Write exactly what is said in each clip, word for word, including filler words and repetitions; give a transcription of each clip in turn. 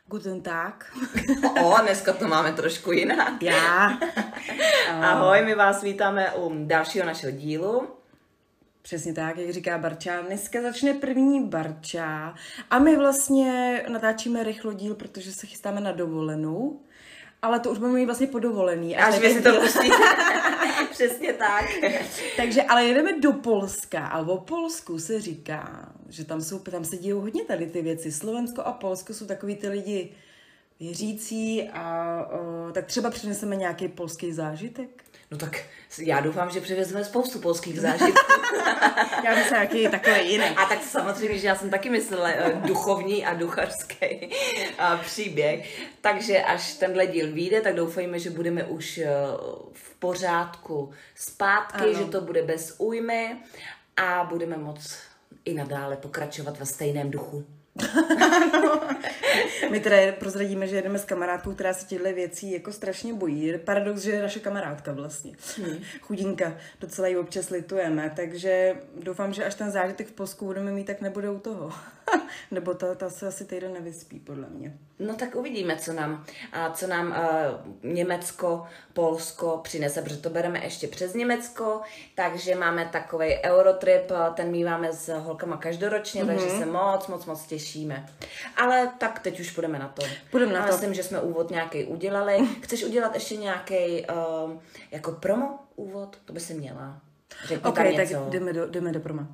Guten Tag. O, dneska to máme trošku jinak. Já. Ahoj, my vás vítáme u dalšího našeho dílu. Přesně tak, jak říká Barča. Dneska začne první Barča a my vlastně natáčíme rychlo díl, protože se chystáme na dovolenou, ale to už budeme mít vlastně podovolený. Až, až vy si to pustíte. Přesně tak. Takže, ale jedeme do Polska a o Polsku se říká, že tam, jsou, tam se dějou hodně tady ty věci. Slovensko a Polsko jsou takový ty lidi věřící a o, tak třeba přineseme nějaký polský zážitek. No tak já doufám, že přivezeme spoustu polských zážitků. Já myslím nějaký takový jiný. A tak samozřejmě, že já jsem taky myslela duchovní a duchařský příběh. Takže až tenhle díl vyjde, tak doufejme, že budeme už v pořádku zpátky, ano. Že to bude bez újmy a budeme moc i nadále pokračovat ve stejném duchu. No. My teda prozradíme, že jedeme s kamarádkou, která se těchto věcí jako strašně bojí. Paradox, že je naše kamarádka vlastně. Hmm. Chudinka, docela ji občas litujeme, takže doufám, že až ten zážitek v Polsku budeme mít, tak nebude u toho. Nebo ta, ta se asi týden nevyspí, podle mě. No tak uvidíme, co nám, co nám uh, Německo, Polsko přinese, protože to bereme ještě přes Německo, takže máme takovej Eurotrip, ten míváme s holkama každoročně, mm-hmm. takže se moc, moc, moc těšíme. Ale tak teď už půjdeme na to. Půjdeme na to. Myslím, že jsme úvod nějaký udělali. Chceš udělat ještě nějaký uh, jako promo úvod? To by si měla. Ok, tak jdeme do, jdeme do proma. Uh,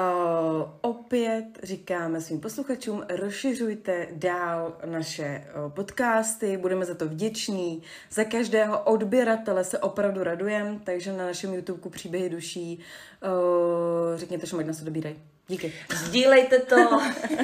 opět říkáme svým posluchačům, rozšiřujte dál naše uh, podcasty, budeme za to vděční. Za každého odběratele se opravdu radujeme, takže na našem YouTubeku Příběhy duší uh, řekněte, že možná se dobírají. Díky. Sdílejte to.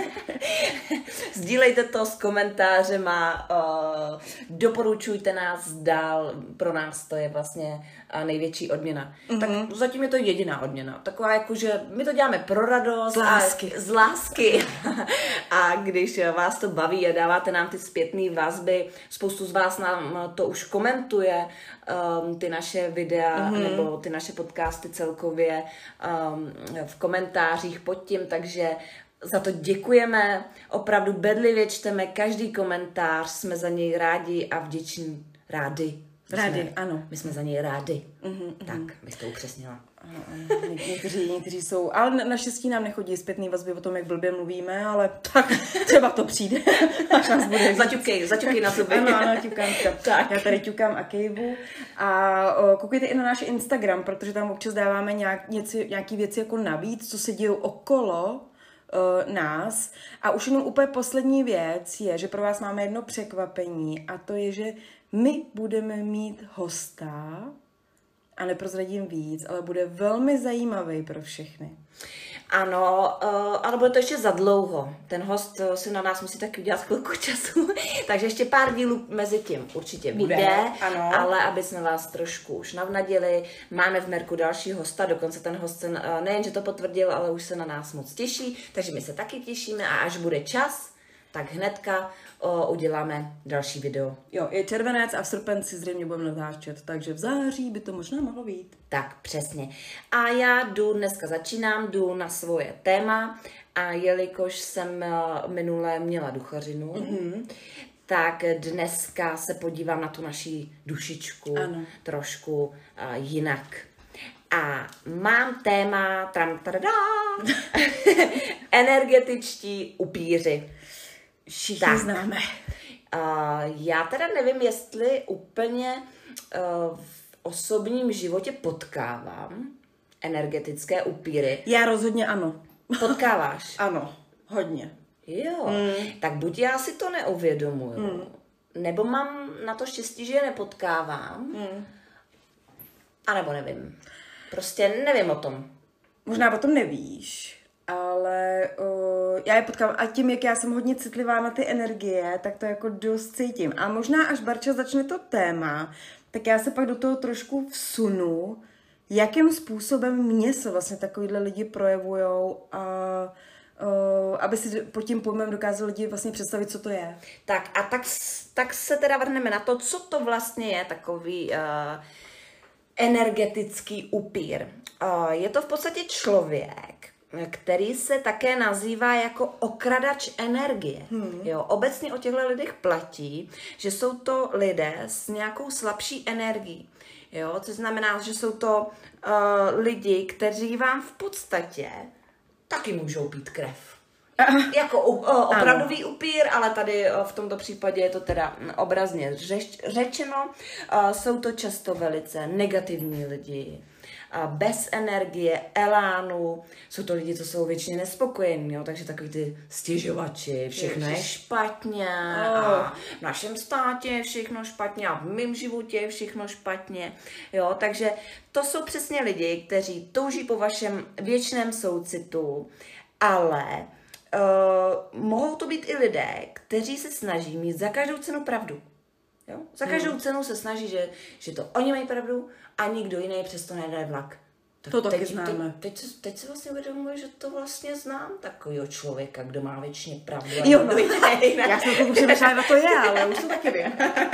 Sdílejte to s komentářema, uh, doporučujte nás dál, pro nás to je vlastně uh, největší odměna. Mm-hmm. Tak zatím je to jediná odměna. Taková jako, že my to děláme pro radost. Z lásky. A, z lásky. A když vás to baví a dáváte nám ty zpětné vazby, spoustu z vás nám to už komentuje, um, ty naše videa mm-hmm. nebo ty naše podcasty celkově um, v komentářích pod tím, takže za to děkujeme, opravdu bedlivě čteme každý komentář, jsme za něj rádi a vděční. Rádi. My rádi, jsme, ano. My jsme za něj rádi. Mm-hmm, tak, bys to upřesnila. Ano, ano. Ně- někteří, někteří jsou, ale naštěstí nám nechodí zpětný vazby o tom, jak blbě mluvíme, ale tak třeba to přijde, až nás bude víc. Zaťukej, zaťukej na zuby. Ano, ano, ťukám. Tak. Já tady ťukám a kejvu. A o, koukejte i na náš Instagram, protože tam občas dáváme nějak, něco, nějaký věci jako navíc, co se dějou okolo uh, nás. A už jenom úplně poslední věc je, že pro vás máme jedno překvapení a to je, že my budeme mít hosta a neprozradím víc, ale bude velmi zajímavý pro všechny. Ano, uh, ale bude to ještě za dlouho. Ten host uh, si na nás musí taky udělat chvilku času, takže ještě pár dílů mezi tím určitě Bude, vyjde, ano. Ale aby jsme vás trošku už navnadili, máme v merku další hosta, dokonce ten host uh, nejen, že to potvrdil, ale už se na nás moc těší, takže my se taky těšíme a až bude čas, tak hnedka uh, uděláme další video. Jo, je červenec a v srpenci zřejmě budeme natáčet, takže v září by to možná mohlo být. Tak, přesně. A já jdu, dneska začínám, jdu na svoje téma a jelikož jsem minule měla duchařinu, mm-hmm. tak dneska se podívám na tu naši dušičku ano. trošku uh, jinak. A mám téma tram, tadadá, energetičtí upíři. Všichni tak. známe. Uh, já teda nevím, jestli úplně uh, v osobním životě potkávám energetické upíry. Já rozhodně ano. Potkáváš? Ano, hodně. Jo, Mm. tak buď já si to neuvědomuju, Mm. nebo mám na to štěstí, že je nepotkávám, Mm. anebo nevím. Prostě nevím o tom. Možná o tom nevíš, ale uh, já je potkám a tím, jak já jsem hodně citlivá na ty energie, tak to jako dost cítím. A možná až Barča začne to téma, tak já se pak do toho trošku vsunu, jakým způsobem mě se vlastně takovýhle lidi projevujou a uh, aby si pod tím pojmem dokázali lidi vlastně představit, co to je. Tak a tak, tak se teda vrhneme na to, co to vlastně je takový uh, energetický upír. Uh, je to v podstatě člověk, který se také nazývá jako okradač energie. Hmm. Jo, obecně o těchto lidech platí, že jsou to lidé s nějakou slabší energií. Jo, což znamená, že jsou to uh, lidi, kteří vám v podstatě taky můžou pít krev. Jako uh, opravdový ano. upír, ale tady uh, v tomto případě je to teda obrazně řeč, řečeno. Uh, jsou to často velice negativní lidi, uh, bez energie, elánu. Jsou to lidi, co jsou většině nespokojení, jo? Takže takový ty stěžovači, všechno je špatně, oh. a v našem státě je všechno špatně a v mém životě je všechno špatně. Jo? Takže to jsou přesně lidi, kteří touží po vašem věčném soucitu, ale Uh, mohou to být i lidé, kteří se snaží mít za každou cenu pravdu. Jo? Za každou hmm. cenu se snaží, že, že to oni mají pravdu a nikdo jiný přesto nedá vlak. Tak to taky teď, známe. Teď, teď, teď si vlastně uvědomuji, že to vlastně znám takovýho člověka, kdo má většině pravdu. Jo, no. Já jsem to přemýšlela, na to je, ale už to taky vím.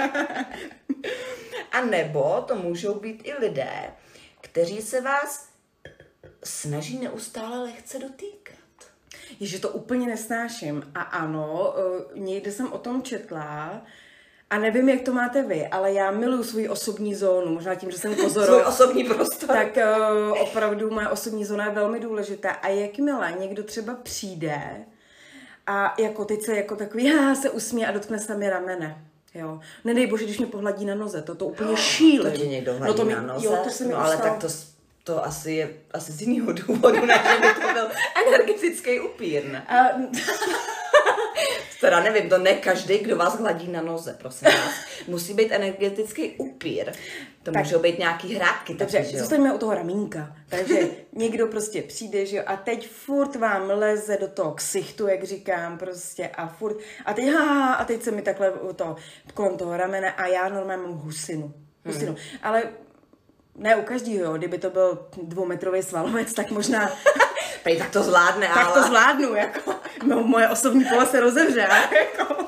A nebo to můžou být i lidé, kteří se vás snaží neustále lehce dotýkat. Ježe, to úplně nesnáším. A ano, někde jsem o tom četla a nevím, jak to máte vy, ale já miluji svou osobní zónu, možná tím, že jsem kozorov. Svůj osobní prostor. Tak uh, opravdu moje osobní zóna je velmi důležitá. A jakmile někdo třeba přijde a jako teď se jako takový, já se usměje a dotkne se mi ramene. Jo. Nedej bože, když mě pohladí na noze, to to úplně šílí. To tě někdo hladí no to mi, na noze? Jo, to se mi no ale tak to... To asi je asi z jiného důvodu, než by to byl energetický upír, ne? A... Teda nevím, to ne každý, kdo vás hladí na noze, prosím vás. Musí být energetický upír. To tak, můžou být nějaký hrátky. Dobře, zůstaňme u toho ramínka. Takže někdo prostě přijde, že jo, a teď furt vám leze do toho ksichtu, jak říkám, prostě a furt, a teď, ha, a teď se mi takhle to, kolem toho ramene a já normálně mám husinu. Husinu. Hmm. Ale ne u každého, jo. Kdyby to byl dvoumetrový svalovec, tak možná... Prej, tak to zvládne, tak ale... Tak to zvládnu, jako. No, moje osobní pole se rozevře, jako.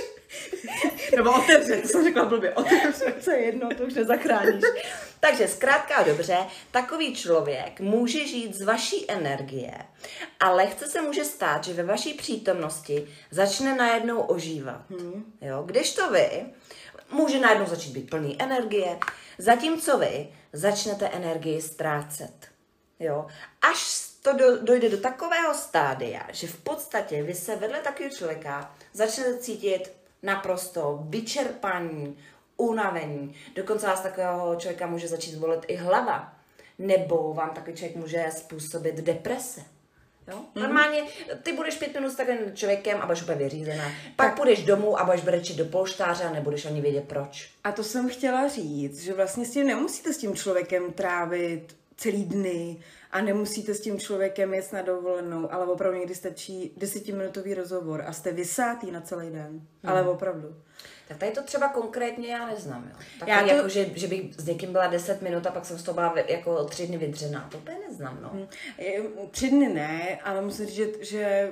Nebo otevře, to jsem řekla blbě. Otevře, co je jedno, to už nezachráníš. Takže zkrátka a dobře, takový člověk může žít z vaší energie a lehce se může stát, že ve vaší přítomnosti začne najednou ožívat. Hmm. Jo? Kdežto vy může najednou začít být plný energie, zatímco vy začnete energii ztrácet. Jo? Až to do, dojde do takového stádia, že v podstatě vy se vedle takového člověka začnete cítit naprosto vyčerpaní, unavení. Dokonce vás takového člověka může začít bolet i hlava. Nebo vám takový člověk může způsobit deprese. Jo? Mm-hmm. Normálně ty budeš pět minut s takovým člověkem a budeš úplně vyřízená. Pak tak půjdeš domů a budeš brečet do polštáře a nebudeš ani vědět proč. A to jsem chtěla říct, že vlastně s tím nemusíte s tím člověkem trávit celý dny a nemusíte s tím člověkem jet na dovolenou, ale opravdu někdy stačí desetiminutový rozhovor a jste vysátý na celý den. Hmm. Ale opravdu. Tak tady to třeba konkrétně já neznám. Jo. Tak já to... jako, že, že bych s někým byla deset minut a pak jsem z toho byla jako tři dny vydřená. To úplně neznám. No. Hmm. Tři dny ne, ale musím říct, že, že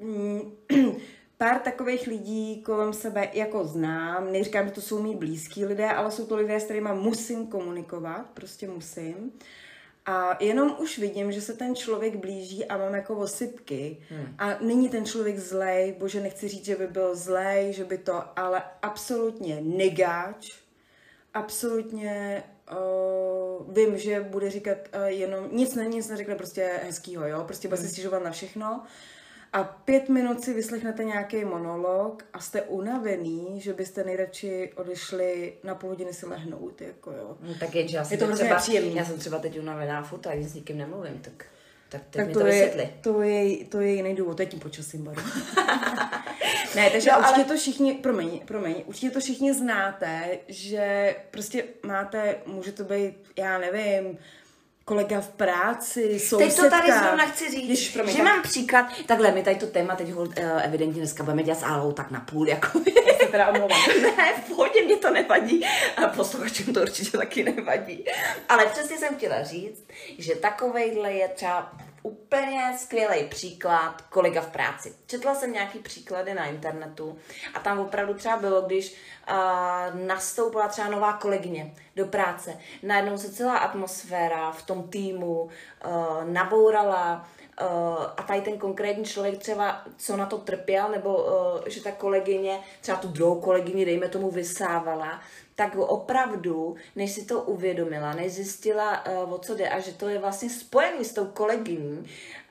pár takových lidí kolem sebe jako znám. Neříkám, že to jsou mý blízký lidé, ale jsou to lidé, s kterými musím komunikovat. Prostě musím. A jenom už vidím, že se ten člověk blíží a mám jako osypky. Hmm. A není ten člověk zlej, bože, nechci říct, že by byl zlej, že by to, ale absolutně negáč. Absolutně uh, vím, že bude říkat uh, jenom, nic ne, nic neřekne prostě hezkýho, jo? Prostě bude hmm. se stěžovat na všechno. A pět minut si vyslechnete nějaký monolog a jste unavený, že byste nejradši odešli na půl hodiny si lehnout, jako jo. No, tak je, že já, je to třeba, příjemný. Já jsem třeba teď unavená furt a s nikým nemluvím, tak, tak teď tak mi to, to je, vysvětli. To je, to je jiný důvod, to je tím počasím, baru. Ne, takže no, určitě ale... to všichni, promiň, promiň, určitě to všichni znáte, že prostě máte, může to být, já nevím, kolega v práci, sousedka. Teď to tady zrovna chci říct, Jež, promiň, že tak... mám příklad, takhle, my tady to téma teď hold, uh, evidentně dneska budeme dělat s Alou tak na půl, jako. Já se teda omlouvám. Ne, v pohodě, mě to nevadí a posluchačům to určitě taky nevadí. Ale přesně jsem chtěla říct, že takovejhle je třeba úplně skvělý příklad kolega v práci. Četla jsem nějaký příklady na internetu a tam opravdu třeba bylo, když uh, nastoupila třeba nová kolegyně do práce. Najednou se celá atmosféra v tom týmu uh, nabourala, a tady ten konkrétní člověk třeba, co na to trpěl, nebo že ta kolegyně, třeba tu druhou kolegyni, dejme tomu, vysávala, tak opravdu, než si to uvědomila, než zjistila, o co jde a že to je vlastně spojený s tou kolegyní,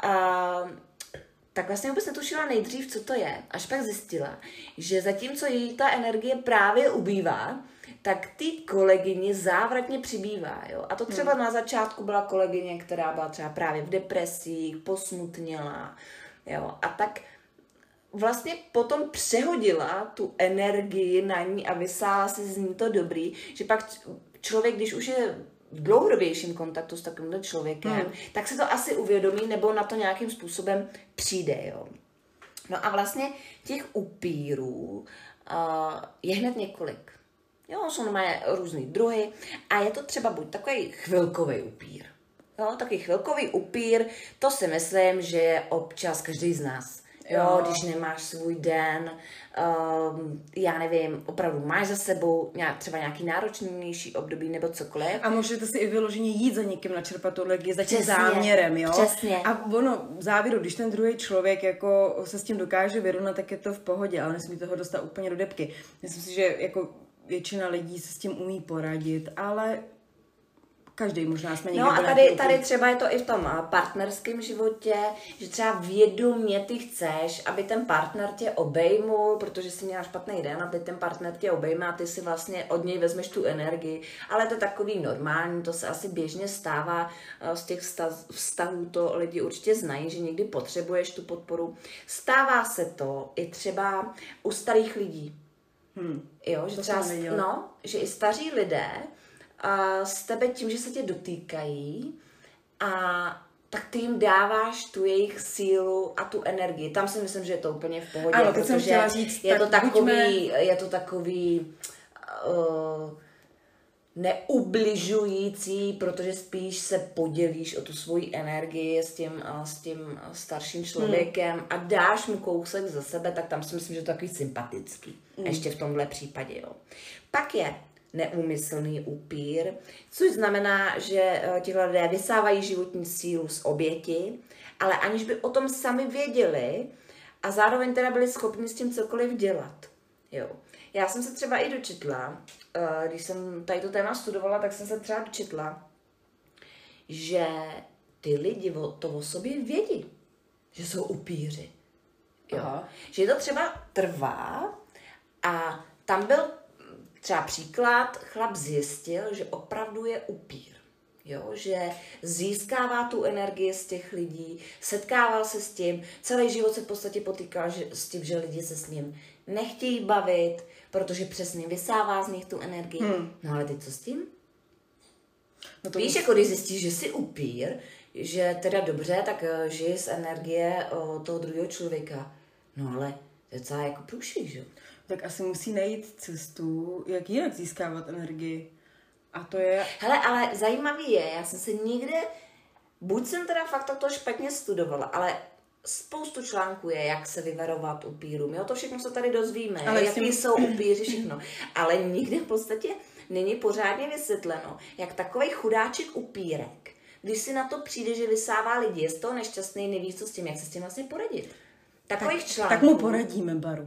a tak vlastně vůbec netušila nejdřív, co to je. Až pak zjistila, že zatímco jí ta energie právě ubývá, tak ty kolegyni závratně přibývá. Jo? A to třeba hmm. na začátku byla kolegyně, která byla třeba právě v depresích, posmutněla. Jo? A tak vlastně potom přehodila tu energii na ní a vysála si z ní to dobrý, že pak člověk, když už je v dlouhodobějším kontaktu s takovýmhle člověkem, hmm. tak se to asi uvědomí nebo na to nějakým způsobem přijde. Jo? No a vlastně těch upírů uh, je hned několik. Jo, jsou normálně různý druhy a je to třeba buď takový chvilkový upír. Jo, takový chvilkový upír, to si myslím, že je občas každý z nás. Jo, jo. Když nemáš svůj den, um, já nevím, opravdu máš za sebou nějak, třeba nějaký náročnější období nebo cokoliv. A můžete si i vyloženě jít za někým načerpat tu energii, za tím záměrem, jo? Přesně. A ono, v závěru, když ten druhý člověk jako se s tím dokáže vyrovnat, tak je to v pohodě, ale nesmí toho dostat úplně do debky. Myslím si, že jako většina lidí se s tím umí poradit, ale každý možná jsme někdy. No a tady, tady třeba je to i v tom partnerském životě, že třeba vědomě ty chceš, aby ten partner tě obejmul, protože jsi měla špatný den a teď ten partner tě obejme a ty si vlastně od něj vezmeš tu energii, ale to je takový normální, to se asi běžně stává z těch vztahů, to lidi určitě znají, že někdy potřebuješ tu podporu. Stává se to i třeba u starých lidí. Hmm, jo, že třeba, no, že i staří lidé a s tebe tím, že se tě dotýkají a tak ty jim dáváš tu jejich sílu a tu energii. Tam si myslím, že je to úplně v pohodě, ano, protože říct, je, tak to takový, buďme... je to takový uh, neubližující, protože spíš se podělíš o tu svoji energii s tím, uh, s tím starším člověkem hmm. a dáš mu kousek za sebe, tak tam si myslím, že to je takový sympatický. Hmm. Ještě v tomhle případě. Jo. Pak je neúmyslný upír, což znamená, že tihle lidé vysávají životní sílu z oběti, ale aniž by o tom sami věděli a zároveň teda byli schopni s tím cokoliv dělat. Jo. Já jsem se třeba i dočetla, když jsem tady to téma studovala, tak jsem se třeba dočetla, že ty lidi to o sobě vědí, že jsou upíři. Jo. Že to třeba trvá a tam byl třeba příklad, chlap zjistil, že opravdu je upír. Jo? Že získává tu energii z těch lidí, setkával se s tím, celý život se v podstatě potýkal že, s tím, že lidi se s ním nechtějí bavit, protože přesně vysává z nich tu energii. Hmm. No ale ty co s tím? No to Víš, už... jako když zjistíš, že jsi upír, že teda dobře, tak žij z energie toho druhého člověka. No ale to je celá jako průšvih, že? Tak asi musí najít cestu, jak jinak získávat energii. A to je... Hele, ale zajímavý je, já jsem se nikde, buď jsem teda fakt to špatně studovala, ale spoustu článků je, jak se vyvarovat upírům. Jo, to všechno se tady dozvíme, ale jaký tím... jsou upíři, všechno. Ale nikde v podstatě není pořádně vysvětleno, jak takovej chudáček upírek, když si na to přijde, že vysává lidi, je z toho nešťastný, neví, co s tím, jak se s tím vlastně poradit. Takových tak, článků. Tak mu poradíme, Baru.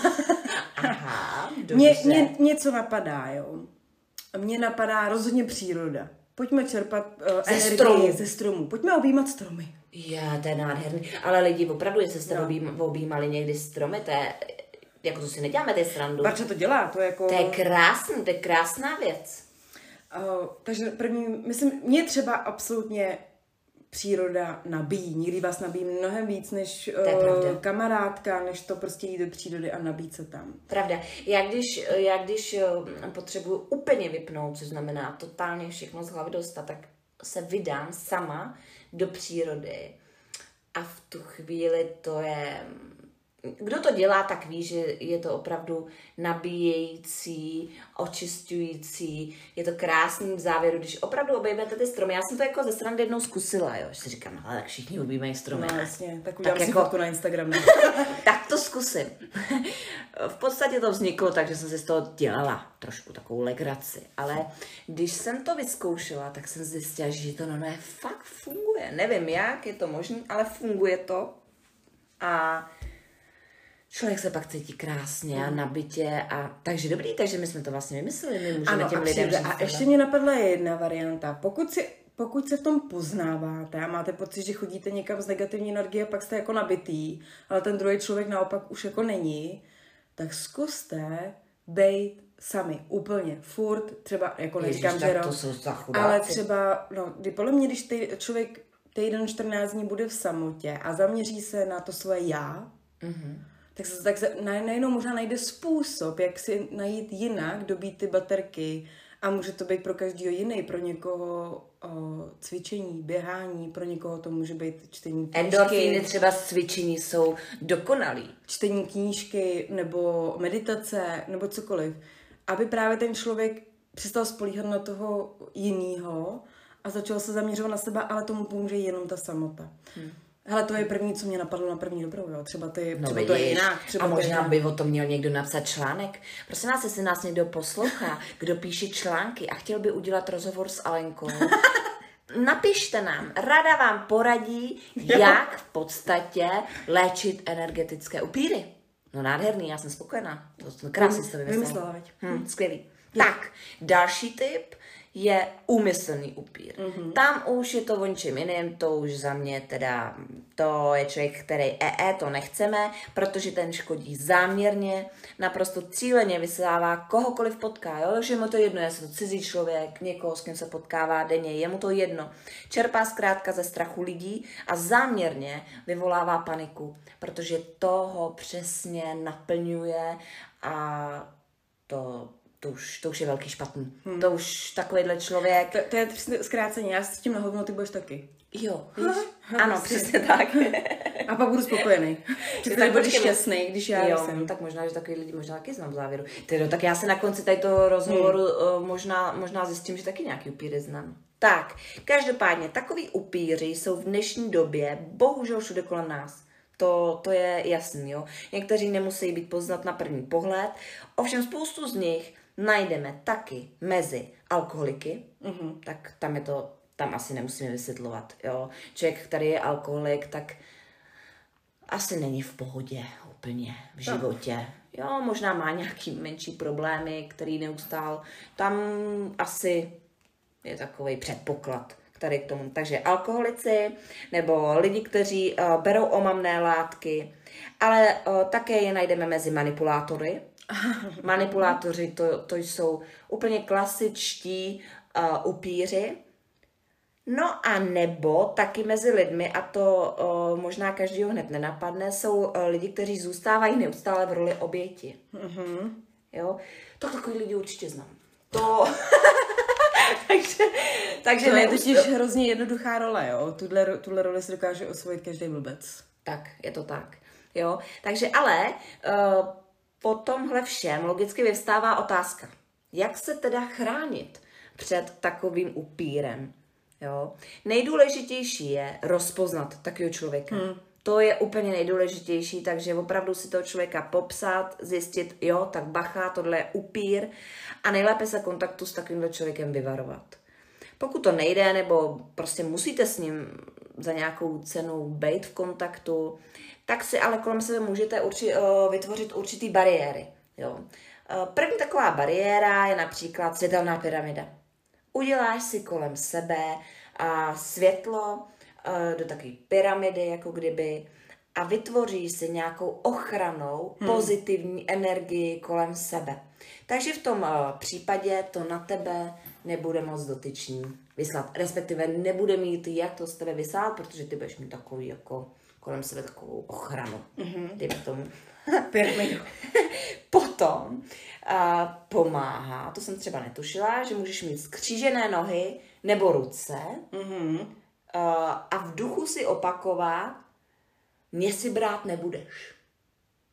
Aha, dobře. Mě, mě něco napadá, jo. Mně napadá rozhodně příroda. Pojďme čerpat uh, ze energii stromu. ze stromů. Pojďme objímat stromy. Já, to je nádherný. Ale lidi, opravdu, jestli jste no. objímali někdy stromy, to je, jako to si neděláme, ty srandu. Barča to dělá, to je jako... To je krásný, to je krásná věc. Uh, takže první, myslím, mě třeba absolutně příroda nabíjí. Někdy vás nabíjí mnohem víc než uh, kamarádka, než to prostě jít do přírody a nabít se tam. Pravda. Já když, já když potřebuji úplně vypnout, což znamená totálně všechno z hlavy dostat, tak se vydám sama do přírody. A v tu chvíli to je kdo to dělá, tak ví, že je to opravdu nabíjející, očistující, je to krásný v závěru, když opravdu obejmete ty stromy. Já jsem to jako ze strany jednou zkusila, jo, že si říkám, ale tak všichni objímají stromy. No jasně, tak udělám tak si jako, fotku na Instagram. Ne? Tak to zkusím. V podstatě to vzniklo tak, že jsem si z toho dělala trošku takovou legraci, ale když jsem to vyzkoušela, tak jsem zjistila, že to no, no fakt funguje. Nevím jak, je to možné, ale funguje to. A člověk se pak cítí krásně a nabitě a takže dobrý, takže my jsme to vlastně vymysleli, my můžeme ano, těm a lidem říct. A ještě mě napadla jedna varianta. Pokud si Pokud se v tom poznáváte a máte pocit, že chodíte někam z negativní energie a pak jste jako nabitý, ale ten druhý člověk naopak už jako není, tak zkuste bejt sami, úplně, furt, třeba, jako neříkám, že rok, ale třeba, no, podle mě, když ty, člověk týden čtrnáct dní bude v samotě a zaměří se na to svoje já, mm-hmm. tak se, tak se najednou možná najde způsob, jak si najít jinak, dobít ty baterky a může to být pro každého jiný, pro někoho o, cvičení, běhání, pro někoho to může být čtení knížky. Endorfíny třeba z cvičení jsou dokonalý. Čtení knížky nebo meditace nebo cokoliv. Aby právě ten člověk přestal spolíhat na toho jinýho a začal se zaměřovat na sebe, ale tomu pomůže jenom ta samota. Hmm. Hele, to je první, co mě napadlo na první dobrou, jo. Třeba, ty, no, třeba to je jinak. Třeba a možná to by o tom měl někdo napsat článek. Prosím vás, jestli nás někdo poslouchá, kdo píše články a chtěl by udělat rozhovor s Alenkou, napište nám, rada vám poradí, jak v podstatě léčit energetické upíry. No nádherný, já jsem spokojená. To krásně jste vymyslela. Vymyslela, hm, skvělý. Tak, další tip je úmyslný upír. Mm-hmm. Tam už je to o ničem jiném, to už za mě teda, to je člověk, který ee, to nechceme, protože ten škodí záměrně, naprosto cíleně vysává kohokoliv potká, jo? Takže mu to jedno, jestli to cizí člověk, někoho, s kým se potkává denně, je mu to jedno. Čerpá zkrátka ze strachu lidí a záměrně vyvolává paniku, protože to ho přesně naplňuje a to... To už, to už je velký špatný. Hmm. To už takovýhle člověk... To, to je zkrácení, já s tím na hovno, ty budeš taky. Jo, víš? Ano, přesně tak. A pak budu spokojený. Že ty budeš šťastný, když já jo, jsem. Tak možná, že takový lidi možná taky znám v závěru. Tedy, tak já se na konci tady toho rozhovoru hmm. možná, možná zjistím, že taky nějaký upíry znám. Tak, každopádně, takový upíři jsou v dnešní době bohužel všude kolem nás. To, to je jasný, jo. Někteří nemusí být poznat na první pohled, ovšem spoustu z nich najdeme taky mezi alkoholiky, mm-hmm. tak tam je to, tam asi nemusíme vysvětlovat, jo. Člověk, který je alkoholik, tak asi není v pohodě úplně v životě. Jo, možná má nějaký menší problémy, který neustál. Tam asi je takový předpoklad, který k tomu. Takže alkoholici nebo lidi, kteří uh, berou omamné látky, ale uh, také je najdeme mezi manipulátory. Manipulátoři to, to jsou úplně klasičtí uh, upíři. No a nebo taky mezi lidmi, a to uh, možná každýho hned nenapadne, jsou uh, lidi, kteří zůstávají neustále v roli oběti. Mm-hmm. Jo? To takový lidi určitě znám. To... takže takže to je totiž hrozně jednoduchá role, jo? Tuhle, tuhle roli si dokáže osvojit každý blbec. Tak, je to tak. Jo? Takže ale... Uh, Po tomhle všem logicky vyvstává otázka, jak se teda chránit před takovým upírem. Jo? Nejdůležitější je rozpoznat takového člověka. Hmm. To je úplně nejdůležitější, takže opravdu si toho člověka popsat, zjistit, jo, tak bacha, tohle je upír a nejlépe se kontaktu s takovýmhle člověkem vyvarovat. Pokud to nejde, nebo prostě musíte s ním za nějakou cenu být v kontaktu, tak si ale kolem sebe můžete urči, uh, vytvořit určitý bariéry. Jo. Uh, první taková bariéra je například světelná pyramida. Uděláš si kolem sebe uh, světlo uh, do takové pyramidy, jako kdyby, a vytvoříš si nějakou ochranou hmm. pozitivní energii kolem sebe. Takže v tom uh, případě to na tebe nebude moc dotyčný vyslat. Respektive nebude mít jak to z tebe vysát, protože ty budeš mít takový jako kolem sebe takovou ochranu. Mm-hmm. Dejme tomu. Pyramidu. Potom uh, pomáhá, to jsem třeba netušila, že můžeš mít skřížené nohy nebo ruce mm-hmm. uh, a v duchu si opakovat, mě si brát nebudeš.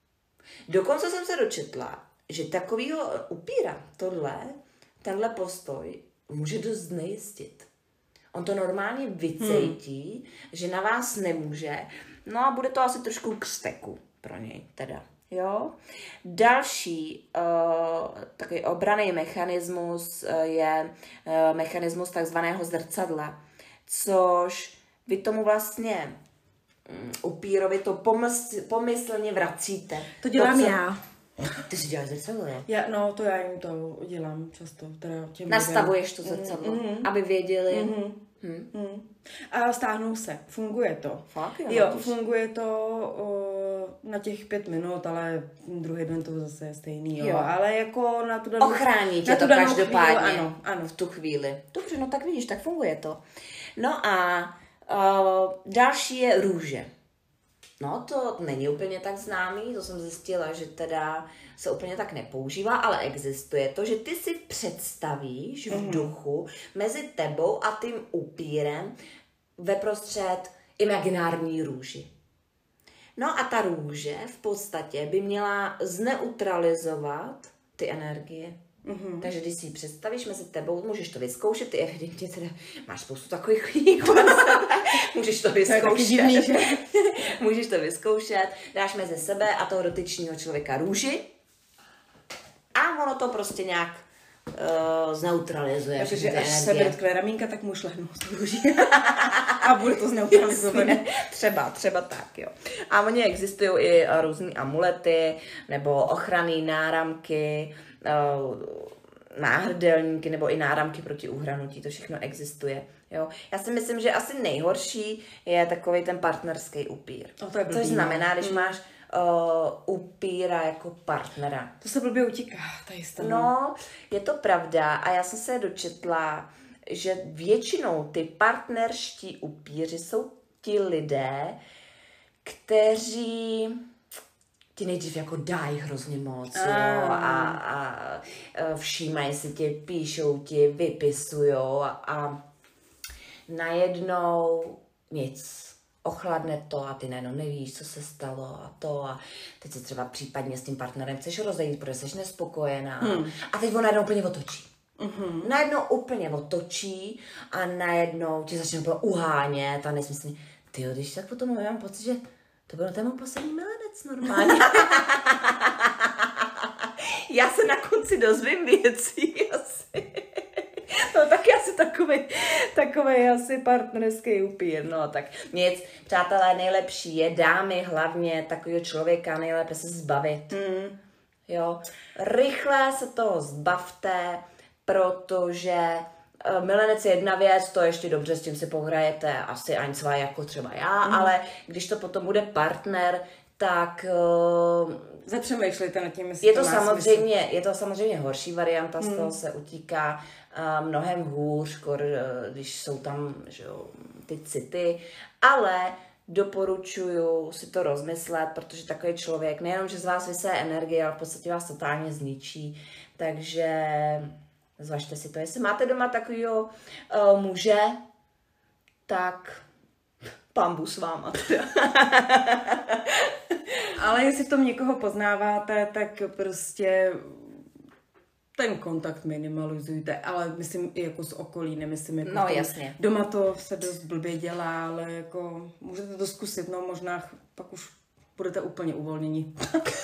Dokonce jsem se dočetla, že takovýho upíra tohle, tenhle postoj může dost znejistit. On to normálně vycejtí, hmm. že na vás nemůže, no a bude to asi trošku k steku pro něj teda. Jo? Další uh, takový obranný mechanismus uh, je uh, mechanismus takzvaného zrcadla, což vy tomu vlastně um, upírovi to pomysl, pomyslně vracíte. To dělám to, co... já. Ty si děláš zrcadlo, jo? Já, no, to já jim to dělám často. Teda těm Nastavuješ to zrcadlo, mm-hmm. aby věděli. Mm-hmm. Hmm. Mm. A stáhnou se. Funguje to. Fakt, jo? Jo, funguje to o, na těch pět minut, ale druhý den to zase je stejný. Jo. Jo. Ale jako na tu danou... Ochrání tě na tu to danou každopádně. Chvíli, ano, ano. V tu chvíli. Dobře, no tak vidíš, tak funguje to. No a uh, další je růže. No, to není úplně tak známý, to jsem zjistila, že teda se úplně tak nepoužívá, ale existuje to, že ty si představíš v duchu mezi tebou a tím upírem veprostřed imaginární růži. No a ta růže v podstatě by měla zneutralizovat ty energie. Mm-hmm. Takže když si ji představíš mezi tebou, můžeš to vyzkoušet, ty evidentně teda máš spoustu takových lidí, můžeš to vyzkoušet. To je divný, že? Můžeš to vyzkoušet, dáš mezi sebe a toho dotyčního člověka růži a ono to prostě nějak uh, zneutralizuje. Takže až se dotkne ramínka, tak mu šlehnu tu růži a bude to zneutralizované. třeba, třeba tak, jo. A oni existují i různý amulety nebo ochranné náramky, náhrdelníky nebo i náramky proti uhranutí, to všechno existuje. Jo. Já si myslím, že asi nejhorší je takový ten partnerský upír. O, to je blbý, což znamená, když hmm. máš uh, upíra jako partnera. To se blbě utíká, ta jistá. No, je to pravda a já jsem se dočetla, že většinou ty partnerští upíři jsou ti lidé, kteří ti nejdřív jako dají hrozně moc, jo, a, a všímají si tě, píšou ti, vypisujou a, a najednou nic, ochladne to a ty najednou nevíš, co se stalo a to a teď se třeba případně s tím partnerem chceš rozejít, protože jsi nespokojená hmm. a teď on najednou úplně otočí. Mm-hmm. Najednou úplně otočí a najednou ti začne úplně uhánět a nesmyslně, tyjo, když tak potom mám pocit, že to byl ten můj poslední milenec normálně. Já se na konci dozvím věcí asi. No tak asi takový, takový asi partnerský upír, no tak nic. Přátelé, nejlepší je dámy hlavně takového člověka nejlépe se zbavit. Mm. Jo, rychle se toho zbavte, protože uh, milenec je jedna věc, to ještě dobře, s tím si pohrajete asi aňcva jako třeba já, mm. ale když to potom bude partner, tak uh, zapřemýšlejte nad tím, jestli je to, to má samozřejmě, smysl. je to samozřejmě horší varianta, mm. z toho se utíká uh, mnohem hůř, kor, uh, když jsou tam že jo, ty city, ale doporučuju si to rozmyslet, protože takový člověk nejenom, že z vás vysaje energie, ale v podstatě vás totálně zničí, takže zvažte si to. Jestli máte doma takovýho uh, muže, tak pambu s váma. Ale jestli v tom někoho poznáváte, tak prostě ten kontakt minimalizujte, ale myslím i jako z okolí, nemyslím jako no, jasně. Doma to se dost blbě dělá, ale jako můžete to zkusit, no možná pak už budete úplně uvolnění.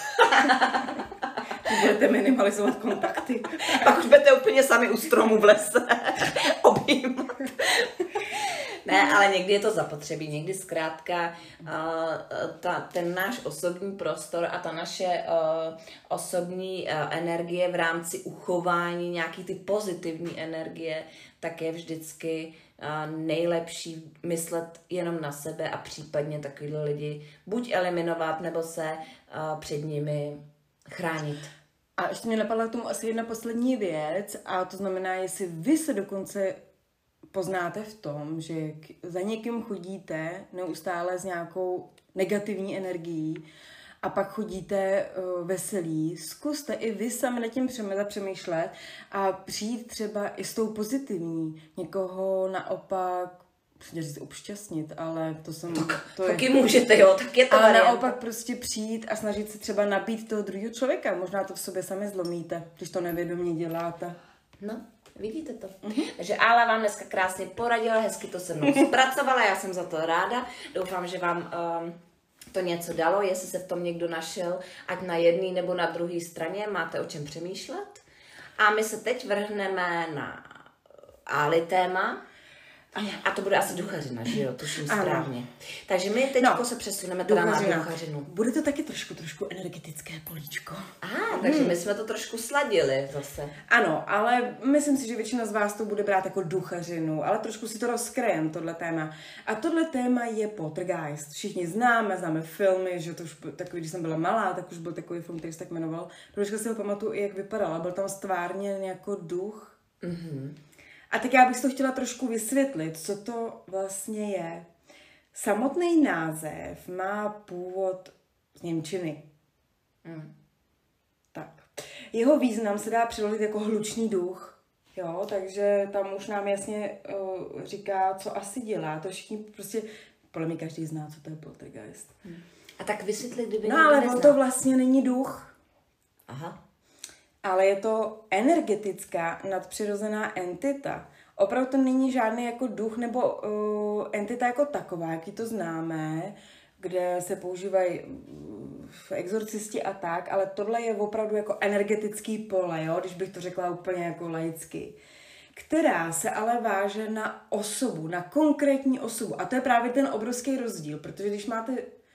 Budete minimalizovat kontakty. Pak už budete úplně sami u stromu v lese objímat. Ne, ale někdy je to zapotřebí, někdy zkrátka uh, ta, ten náš osobní prostor a ta naše uh, osobní uh, energie v rámci uchování nějaký ty pozitivní energie, tak je vždycky uh, nejlepší myslet jenom na sebe a případně takovýhle lidi buď eliminovat, nebo se uh, před nimi chránit. A ještě mě napadla k tomu asi jedna poslední věc, a to znamená, jestli vy se dokonce poznáte v tom, že za někým chodíte neustále s nějakou negativní energií a pak chodíte uh, veselí, zkuste i vy sami nad tím přemýšlet a přijít třeba i s tou pozitivní. Někoho naopak chtěla říct obšťastnit, ale to jsem... To Taky je, můžete, jo, tak je to ale varianta. naopak prostě přijít a snažit se třeba nabít toho druhého člověka. Možná to v sobě sami zlomíte, když to nevědomě děláte. No, vidíte to. Mm-hmm. Takže Ála vám dneska krásně poradila, hezky to se mnou zpracovala, já jsem za to ráda. Doufám, že vám um, to něco dalo, jestli se v tom někdo našel, ať na jedné nebo na druhé straně, máte o čem přemýšlet. A my se teď vrhneme na Ály téma. A to bude asi duchařina, že jo? Tuším správně. Takže my teď no, se přesuneme teda duchařina. na duchařinu. Bude to taky trošku, trošku energetické políčko. A, ah, takže hmm. my jsme to trošku sladili zase. Ano, ale myslím si, že většina z vás to bude brát jako duchařinu, ale trošku si to rozkryjem, tohle téma. A tohle téma je Poltergeist. Všichni známe, známe filmy, že to už takový, když jsem byla malá, tak už byl takový film, který se tak jmenoval. Trošku si ho pamatuju i jak vypadala. Byl tam stvárněn jako duch. Mhm. A tak já bych to chtěla trošku vysvětlit, co to vlastně je. Samotný název má původ z němčiny. Mm. Tak. Jeho význam se dá přeložit jako hlučný duch. Jo, takže tam už nám jasně uh, říká, co asi dělá. To všichni prostě, podle mě každý zná, co to je poltergeist. Mm. A tak vysvětli, kdyby No ale on to vlastně není duch. Aha. Ale je to energetická nadpřirozená entita. Opravdu to není žádný jako duch nebo uh, entita jako taková, jaký to známe, kde se používají uh, exorcisti a tak, ale tohle je opravdu jako energetický pole, jo? Když bych to řekla úplně jako laicky, která se ale váže na osobu, na konkrétní osobu. A to je právě ten obrovský rozdíl, protože když máte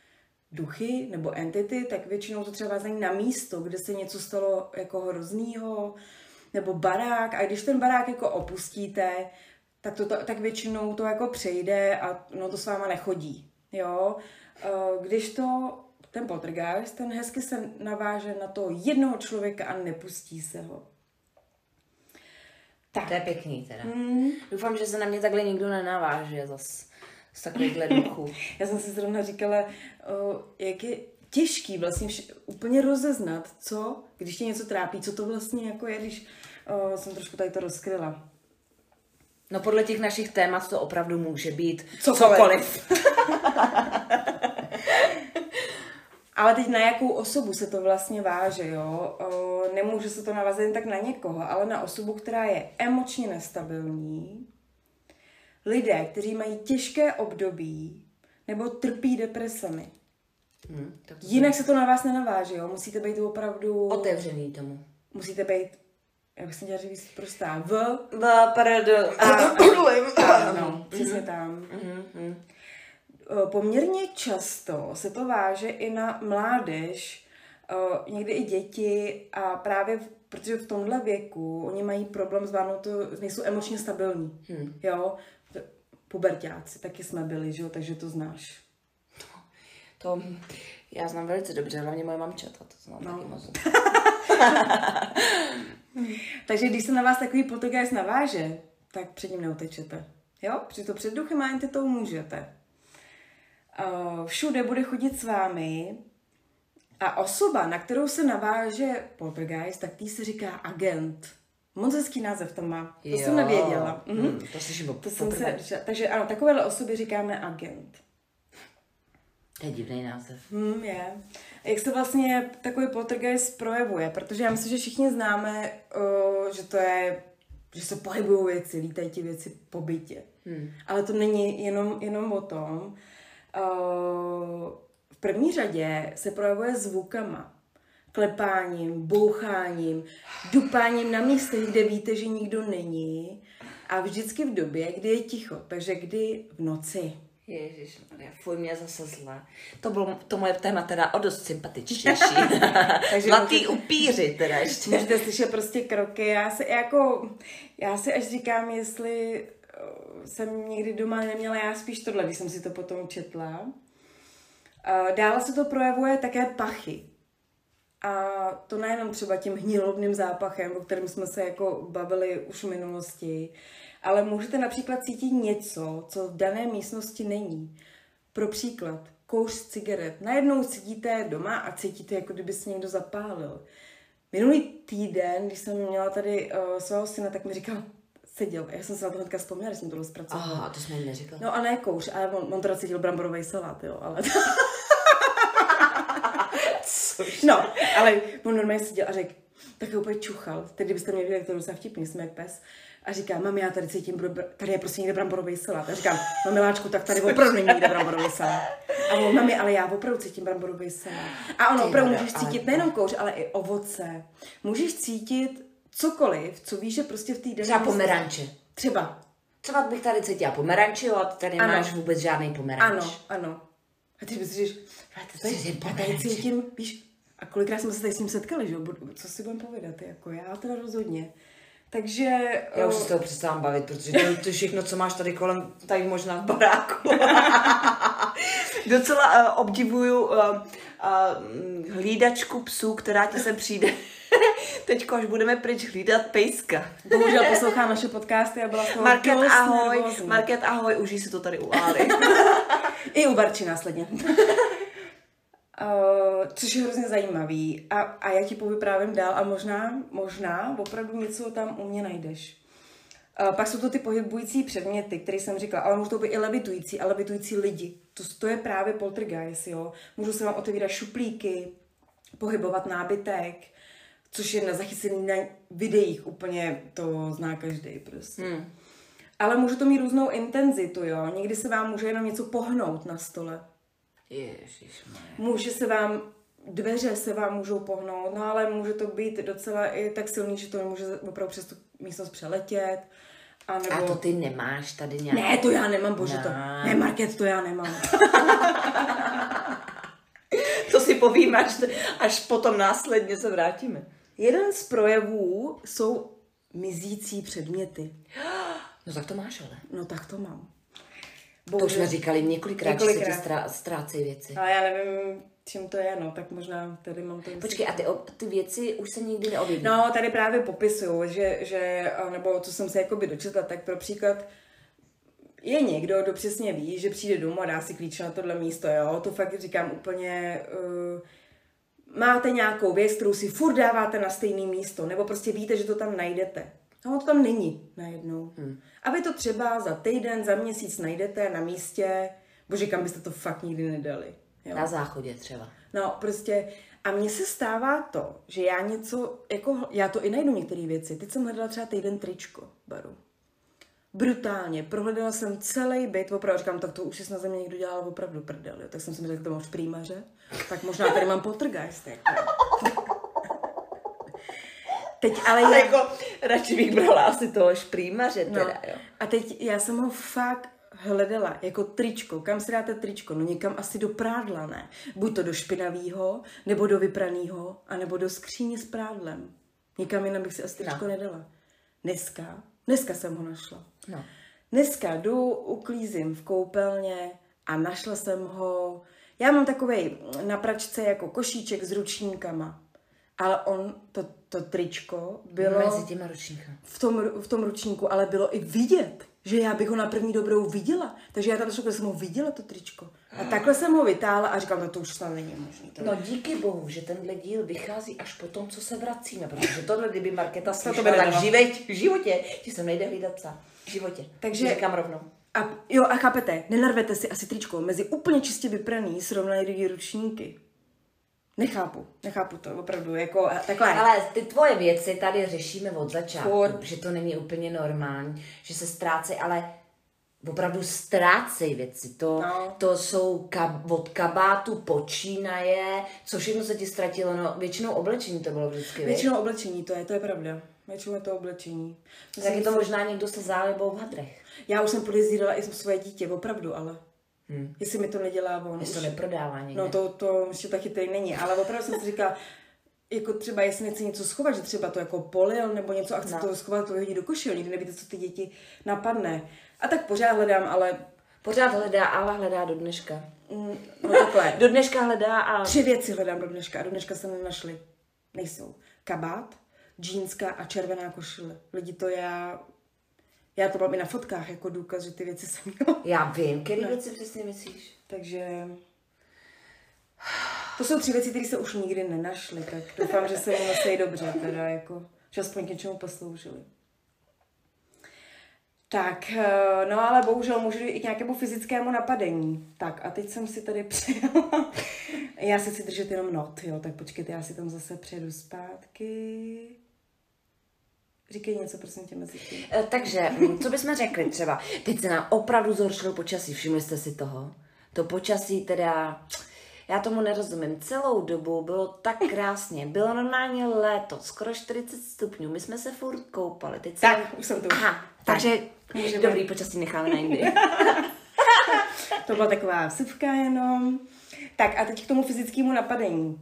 duchy nebo entity, tak většinou to třeba vázají na místo, kde se něco stalo jako hroznýho, nebo barák, a když ten barák jako opustíte, tak, to, tak většinou to jako přejde a no to s váma nechodí, jo. Když to, ten poltergeist, ten hezky se naváže na toho jednoho člověka a nepustí se ho. Tak. To je pěkný teda. Mm. Doufám, že se na mě takhle nikdo nenaváže zas. Z takovýchhle duchů. Já jsem si zrovna říkala, o, jak je těžký vlastně vš- úplně rozeznat, co, když tě něco trápí, co to vlastně jako je, když o, jsem trošku tady to rozkryla. No podle těch našich témat to opravdu může být cokoliv. cokoliv. Ale teď na jakou osobu se to vlastně váže, jo? O, nemůže se to navázat jen tak na někoho, ale na osobu, která je emočně nestabilní, lidé, kteří mají těžké období nebo trpí depresemi. Hmm, Jinak se to na vás nenaváže, jo? Musíte být opravdu... otevřený tomu. Musíte být, já bych si chtěla říct prostá, v... V, pardon. Ano, přesně tam. Mm-hmm. Poměrně často se to váže i na mládež, někdy i děti a právě protože v tomhle věku oni mají problém zvládnout to, nejsou emočně stabilní, hmm. jo. Puberťáci, taky jsme byli, že jo, takže to znáš. To já znám velice dobře, hlavně moje mamčata, to znám no. taky moc. Takže když se na vás takový poltergeist naváže, tak před ním neutečete. Jo, při to před duchem a entitou můžete. Všude bude chodit s vámi a osoba, na kterou se naváže poltergeist, tak tý se říká agent. Moc hezký název to má. To jo. jsem nevěděla. Mhm. Hmm, to slyším to jsem se, takže ano, takovéhle osoby říkáme agent. To je divný název. Hmm, je. Jak se vlastně takový poltergeist projevuje? Protože já myslím, že všichni známe, uh, že to je, že se pohybují věci, lítají ti věci po bytě. Hmm. Ale to není jenom, jenom o tom. Uh, v první řadě se projevuje zvukama. Klepáním, boucháním, dupáním na místech, kde víte, že nikdo není. A vždycky v době, kdy je ticho. Takže kdy v noci. Ježišmarja, fuj, mě zase zle. To bylo to moje téma teda o dost sympatičtější. Takže zlatý můžete, upíři teda ještě. Můžete slyšet prostě kroky. Já si jako, já si až říkám, jestli jsem někdy doma neměla já spíš tohle, když jsem si to potom četla. Dále se to projevuje také pachy. A to nejenom třeba tím hnilobným zápachem, o kterém jsme se jako bavili už v minulosti, ale můžete například cítit něco, co v dané místnosti není. Pro příklad, kouř z cigaret. Najednou sedíte doma a cítíte, jako kdyby se někdo zapálil. Minulý týden, když jsem měla tady uh, svého syna, tak mi říkal, seděl, já jsem se na to hnedka vzpomněla, když jsem to rozpracovala. Aha, to jsme mi neřekla. No a ne kouř, ale on, on teda cítil bramborový salát, jo, ale... No, ale on normálně seděl a řekl, tak úplně čuchal, teď kdybyste mě viděli, to docela vtipný, jsme jak pes. A říká, mami, já tady cítím, tady je prostě někde bramborový salát. A říkám, no miláčku, tak tady opravdu není někde bramborový salát. A on, mami, ale já opravdu cítím bramborový salát. A ono, opravdu můžeš cítit nejenom kouř, ale i ovoce. Můžeš cítit cokoliv, co víš, že prostě v té dané... Třeba pomeranče. Třeba. Třeba bych tady cítila pomeranči, jo, a ty tady ano. nemáš vůbec žádný pomeranč. Ano, ano. A ty myslíš, že tady cítím, víš, a kolikrát jsme se tady s ním setkali, že jo, co si budeme povědat, jako já teda rozhodně. Takže... Já už se z toho přestávám bavit, protože to, to všechno, co máš tady kolem, tady možná v baráku. Docela uh, obdivuju uh, uh, hlídačku psů, která ti se přijde. Teďko, až budeme pryč hlídat pejska. Bohužel poslouchám naše podcasty a byla z toho Market, dost ahoj, nervózní. Market, ahoj, užij si to tady u Áry. I u Barči následně. uh, což je hrozně zajímavý. A, a já ti povyprávím dál a možná, možná opravdu něco tam u mě najdeš. Uh, pak jsou to ty pohybující předměty, které jsem říkala, ale můžou to být i levitující a levitující lidi. To, to je právě poltergeist, jo. Můžou se vám otevírat šuplíky, pohybovat nábytek, což je na zachycený na videích, úplně to zná každý prostě. Hmm. Ale může to mít různou intenzitu, jo. Někdy se vám může jenom něco pohnout na stole. Ježišmarja. Může se vám, dveře se vám můžou pohnout, no ale může to být docela i tak silný, že to může opravdu přes tu místnost přeletět. A, nebo... a to ty nemáš tady nějak? Ne, to já nemám, bože, no. to. Ne, Market, to já nemám. To si povíme, až, až potom následně se vrátíme. Jeden z projevů jsou mizící předměty. No tak to máš, ale. No tak to mám. Bohužel. To už jsme říkali několikrát, několikrát. že se ti strá, ztrácejí věci. Ale já nevím, čím to je, no, tak možná tady mám to... Počkej, a ty, ty věci už se nikdy neobjeví? No, tady právě popisuju, že, že, nebo co jsem se jakoby dočetla, tak pro příklad je někdo, kdo přesně ví, že přijde domů a dá si klíč na tohle místo, jo, to fakt říkám úplně... Uh, máte nějakou věc, kterou si furt dáváte na stejné místo, nebo prostě víte, že to tam najdete. No, to tam není najednou. Hmm. A vy to třeba za týden, za měsíc najdete na místě, bože, kam byste to fakt nikdy nedali. Jo? Na záchodě třeba. No, prostě, a mně se stává to, že já něco, jako, já to i najdu některé věci. Teď jsem hledala třeba týden tričko, baru. Brutálně, prohledala jsem celý byt, opravdu říkám, tak to už si na země někdo dělal opravdu prdel, jo? Tak jsem si řekla, to máš v prýmaře, tak možná tady mám poltergeist, jako. Teď, ale, ale já... jako, radši bych brala asi toho šprýmaře teda, no. jo. A teď já jsem ho fakt hledala, jako tričko. Kam si dáte tričko? No někam asi do prádla, ne? Buď to do špinavýho, nebo do vypranýho, anebo do skříně s prádlem. Někam jinam bych si asi tričko no. nedala. Dneska, dneska jsem ho našla. No. Dneska jdu, uklízím v koupelně a našla jsem ho. Já mám takovej na pračce jako košíček s ručníkama. Ale on, to, to tričko bylo... Mezi těma ručníkama. V tom, v tom ručníku, ale bylo i vidět, že já bych ho na první dobrou viděla. Takže já tam došla, že jsem ho viděla, to tričko. A takhle jsem ho vytáhla a říkám, no to už snad není možné. No díky bohu, že tenhle díl vychází až po tom, co se vracíme, protože tohle, kdyby Markéta slyšela, tak v, žive, v životě, ti jsem nejde hlídat psa. V životě. Takže říkám rovnou. A jo, a chápete, nenarvete si asi tričko mezi úplně čistě vypraný srovnaný ručníky. Nechápu, nechápu to, opravdu, jako takhle. Ale ty tvoje věci tady řešíme od začátku, Furt. Že to není úplně normální, že se ztrácejí, ale opravdu ztrácejí věci. To, no. to jsou kab, od kabátu počínaje, co všechno se ti ztratilo, no většinou oblečení to bylo vždycky, Většinou oblečení to je, to je pravda. Většinou je to oblečení. Tak je to možná někdo se zálibou v hadrech. Já už jsem podezírala i svoje dítě, opravdu, ale... Hmm. Jestli mi to nedělá on. Jestli to neprodává někde. No to, to ještě taky tady není, ale opravdu jsem si říkala, jako třeba jestli nechce něco schovat, že třeba to jako polil nebo něco a chce no. to schovat, to hodí do košil, nikdy nevíte, co ty děti napadne. A tak pořád hledám, ale... Pořád hledá, ale hledá do dneška. Mm, no takhle. Do dneška hledá a... Tři věci hledám do dneška a do dneška se nenašly. Nejsou. Kabát, džínska a červená košile. Lidi, to já... Já to mám i na fotkách jako důkaz, že ty věci jsem měla. Já vím, které věci přesně myslíš. Takže to jsou tři věci, které se už nikdy nenašly, tak doufám, že se jim nosejí dobře, teda jako, že aspoň k něčemu posloužili. Tak, uh, no ale bohužel může i k nějakému fyzickému napadení. Tak a teď jsem si tady přijela. Já si chci držet jenom not, jo, tak počkejte, já si tam zase přejdu zpátky. Říkej něco, prosím tě, mezi tím. E, takže, co bychom řekli třeba? Teď se nám opravdu zhoršilo počasí, všimli jste si toho? To počasí teda, já tomu nerozumím, celou dobu bylo tak krásně, bylo normálně léto, skoro čtyřicet stupňů, my jsme se furt koupali. Teď tak, se... už jsem tu. Aha, tak, takže můžeme. Dobrý počasí necháme na jindy. To byla taková vsuvka jenom. Tak a teď k tomu fyzickému napadení.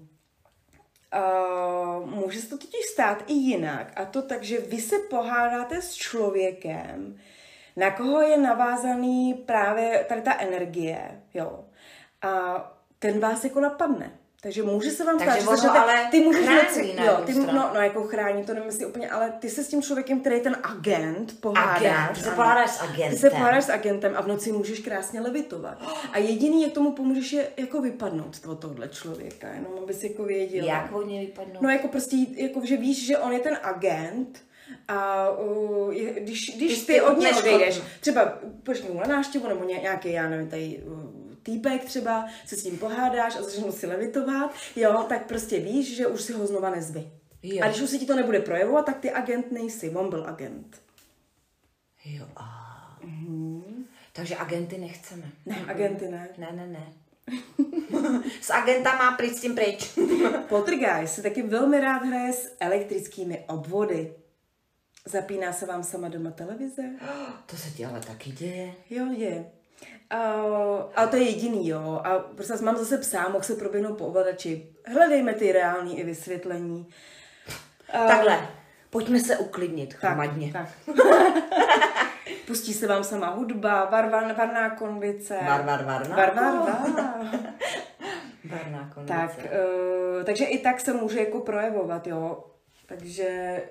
Uh, může se to totiž stát i jinak, a to tak, že vy se pohádáte s člověkem, na koho je navázaný právě tady ta energie, jo. A ten vás jako napadne. Takže může se vám stát, že začnete, ale ty můžeš chrání na jo, ty, no, no, jako chrání, to nemyslím úplně, ale ty se s tím člověkem, který je ten agent, pohádáš. Agent, ty se pohádáš s agentem. Ty se pohádáš s agentem a v noci můžeš krásně levitovat. A jediný, jak tomu pomůžeš, je jako vypadnout od tohohle člověka, jenom abys jako věděl. Jak od něj vypadnout? No jako prostě, jako, že víš, že on je ten agent, a uh, je, když, když ty, ty od něj odejdeš, třeba počkej mu na návštěvu, nebo nějaký, já nevím, tady uh, týpek třeba, se s ním pohádáš a začnou si levitovat, jo, tak prostě víš, že už si ho znova nezvi. Jo. A když už se ti to nebude projevovat, tak ty agent nejsi, on byl agent. Jo, a... Mm-hmm. Takže agenty nechceme. Ne, mm-hmm. agenty ne. Ne, ne, ne. S agenta má pryč s tím pryč. Poltergeist se taky velmi rád hraje s elektrickými obvody. Zapíná se vám sama doma televize? To se ti ale taky děje. Jo, děje. Uh, ale to je jediný, jo. A prostě mám zase psa, mohl se proběhnout po ovladači. Hledejme ty reální i vysvětlení. Uh, Takhle, pojďme se uklidnit, chromadně. Tak, tak. Pustí se vám sama hudba, varvan, varná konvice. Var, var, varná. Var, var, var. Varná konvice. Tak, uh, takže i tak se může jako projevovat, jo. Takže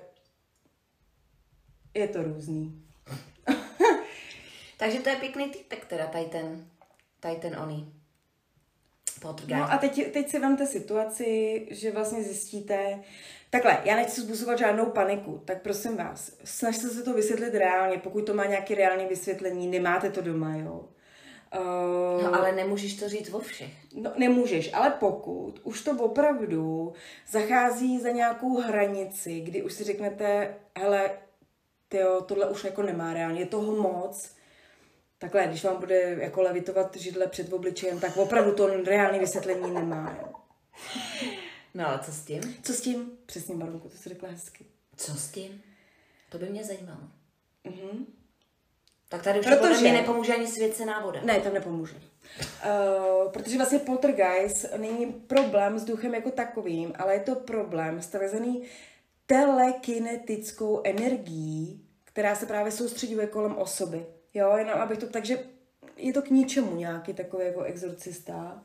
je to různý. Takže to je pěkný týpek teda, tady ten, tady ten oný. Poltergeist. No a teď, teď si vemte situaci, že vlastně zjistíte, takhle, já nechci způsobovat žádnou paniku, tak prosím vás, snažte se to vysvětlit reálně, pokud to má nějaké reálné vysvětlení, nemáte to doma, jo. Uh, no ale nemůžeš to říct o všech. No nemůžeš, ale pokud už to opravdu zachází za nějakou hranici, kdy už si řeknete, hele, tyjo, tohle už jako nemá reálně, je toho moc. Takhle, když vám bude jako levitovat židle před obličejem, tak opravdu to reálné vysvětlení nemá. Jo. No ale co s tím? Co s tím? Přesně, Marunku, to jsi řekla hezky. Co s tím? To by mě zajímalo. Mhm. Tak tady už protože... mě nepomůže ani svěcená voda. Ne, tam nepomůže. Uh, protože vlastně poltergeist není problém s duchem jako takovým, ale je to problém stavezený telekinetickou energií, která se právě soustředuje kolem osoby. Jo, jenom abych to, takže je to k ničemu nějaký takový jako exorcista.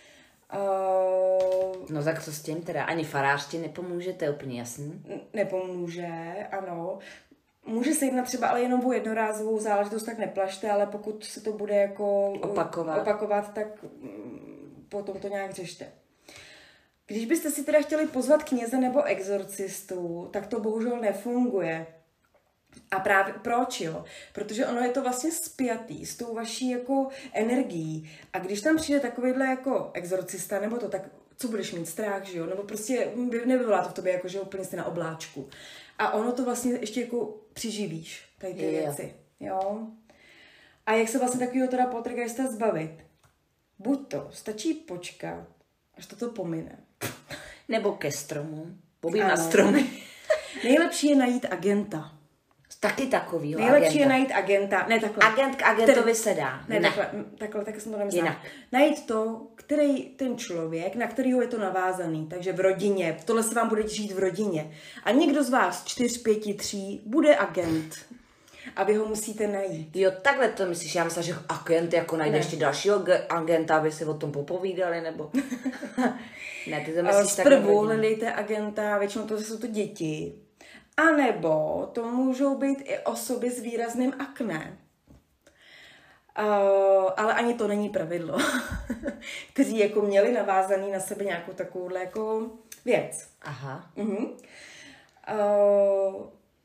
Uh, no tak co s tím teda? Ani farář ti nepomůže, to je úplně jasný. Nepomůže, ano. Může se jednat třeba ale jenom o jednorázovou záležitost, tak neplašte, ale pokud se to bude jako opakovat, opakovat tak potom to nějak řešte. Když byste si teda chtěli pozvat kněze nebo exorcistu, tak to bohužel nefunguje. A právě proč, jo? Protože ono je to vlastně spjatý s tou vaší jako energií. A když tam přijde takovýhle jako exorcista nebo to, tak co budeš mít strach, že jo? Nebo prostě nevyvolá to v tobě jako, že úplně jste na obláčku. A ono to vlastně ještě jako přiživíš, tady ty je, věci, jo? A jak se vlastně takového teda poltergeista zbavit? Buď to stačí počkat, až toto pomine. Nebo ke stromu. Bobím na stromy. Nejlepší je najít agenta. Taky takovýho Nejlepší agenta. je najít agenta. Ne, takhle. Agent k agentovi ten, se dá. Ne, ne. Takhle, takhle, tak jsem to nemyslela. Najít to, který ten člověk, na kterýho je to navázaný. Takže v rodině. Tohle se vám bude žít v rodině. A někdo z vás, čtyř, pěti, tří, bude agent. A vy ho musíte najít. Jo, takhle to myslíš. Já myslím, že agent jako najde ještě dalšího agenta, aby si o tom popovídali, nebo... ne, ty to myslíš takhle. Zprvu hledejte agenta, většinou to jsou to děti. A nebo to můžou být i osoby s výrazným akné. Uh, ale ani to není pravidlo. Kteří jako měli navázaný na sebe nějakou takovouhle jako věc. Aha. Uh-huh. Uh,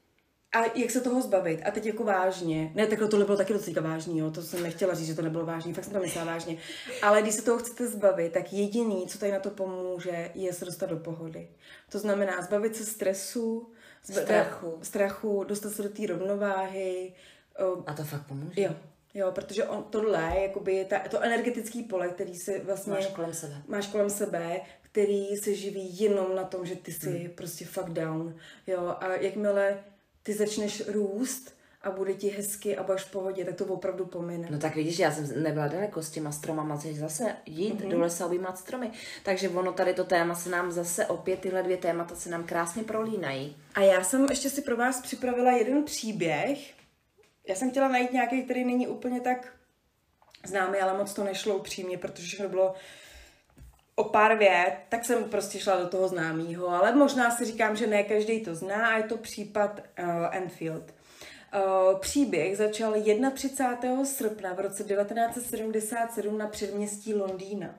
A jak se toho zbavit? A teď jako vážně. Ne, takhle tohle bylo taky docela vážný, jo. To jsem nechtěla říct, že to nebylo vážný, fakt jsem to myslela vážně. Ale když se toho chcete zbavit, tak jediný, co tady na to pomůže, je se dostat do pohody. To znamená zbavit se stresu, zba- strachu. strachu, dostat se do té rovnováhy. A to fakt pomůže? Jo. Jo, protože on, tohle jakoby je ta, to energetický pole, který si vlastně... Máš kolem sebe. Máš kolem sebe, který se živí jenom na tom, že ty jsi hmm. prostě fuck down. Jo, a jakmile ty začneš růst a bude ti hezky a budeš v pohodě, tak to opravdu pomine. No tak vidíš, já jsem nebyla daleko s těma stromama, chceš zase jít mm-hmm. do lesa objímat stromy. Takže ono tady to téma se nám zase opět, tyhle dvě témata se nám krásně prolínají. A já jsem ještě si pro vás připravila jeden příběh. Já jsem chtěla najít nějaký, který není úplně tak známý, ale moc to nešlo upřímně, protože všechno bylo o pár vět, tak jsem prostě šla do toho známýho, ale možná si říkám, že ne každý to zná a je to případ uh, Enfield. Uh, příběh začal třicátého prvního srpna v roce devatenáct set sedmdesát sedm na předměstí Londýna.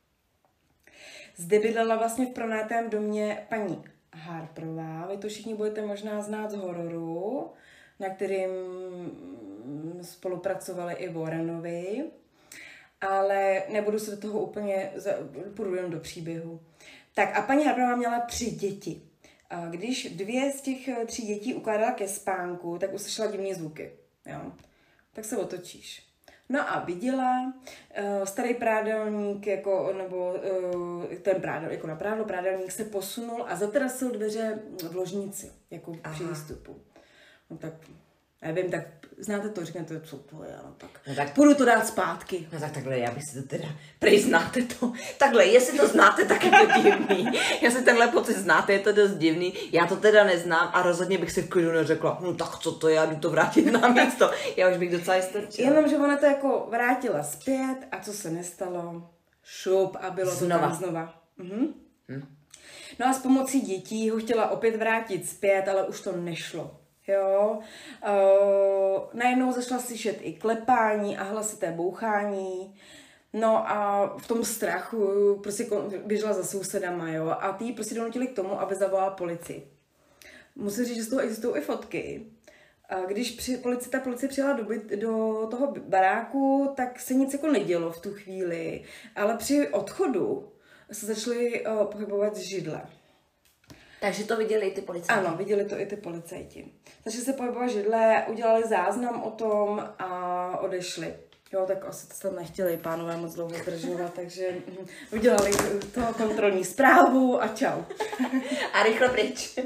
Zde bydlela vlastně v pronajatém domě paní Harperová. Vy to všichni budete možná znát z hororu, na kterým spolupracovali i Warrenovi. Ale nebudu se do toho úplně, půjdu jen do příběhu. Tak a paní Harperová měla tři děti. A když dvě z těch tří dětí ukládala ke spánku, tak uslyšela divné zvuky. Jo? Tak se otočíš. No a viděla uh, starý prádelník, jako, nebo uh, ten prádel, jako na prádlo prádelník se posunul a zatrasil dveře v ložnici, jako při výstupu. No tak... Nevím, tak znáte to, řeknete, co to je, no tak, no tak půjdu to dát zpátky. No tak takhle, já bych si to teda, prej znáte to, takhle, jestli to znáte, tak je to divný. Jestli tenhle pocit znáte, je to dost divný, já to teda neznám a rozhodně bych si v klidu neřekla, no tak co to je, já jdu to vrátit na místo, já už bych docela strčila. Jenom, že ona to jako vrátila zpět a co se nestalo, šup a bylo znova. To tam znova. Mhm. Hm. No a s pomocí dětí ho chtěla opět vrátit zpět, ale už to nešlo. Jo, uh, najednou začala slyšet i klepání a hlasité bouchání, no a v tom strachu prostě běžela za sousedama, jo, a ty prostě donutili k tomu, aby zavolala policii. Musím říct, že z toho existují i fotky. A když při, policie, ta policie přijela do, byt, do toho baráku, tak se nic jako nedělo v tu chvíli, ale při odchodu se začaly uh, pohybovat židle. Takže to viděli i ty policajti? Ano, viděli to i ty policajti. Takže se pohybovali židle, udělali záznam o tom a odešli. Jo, tak asi to tam nechtěli pánové moc dlouho zdržovat, takže udělali toho kontrolní zprávu a čau. A rychle pryč.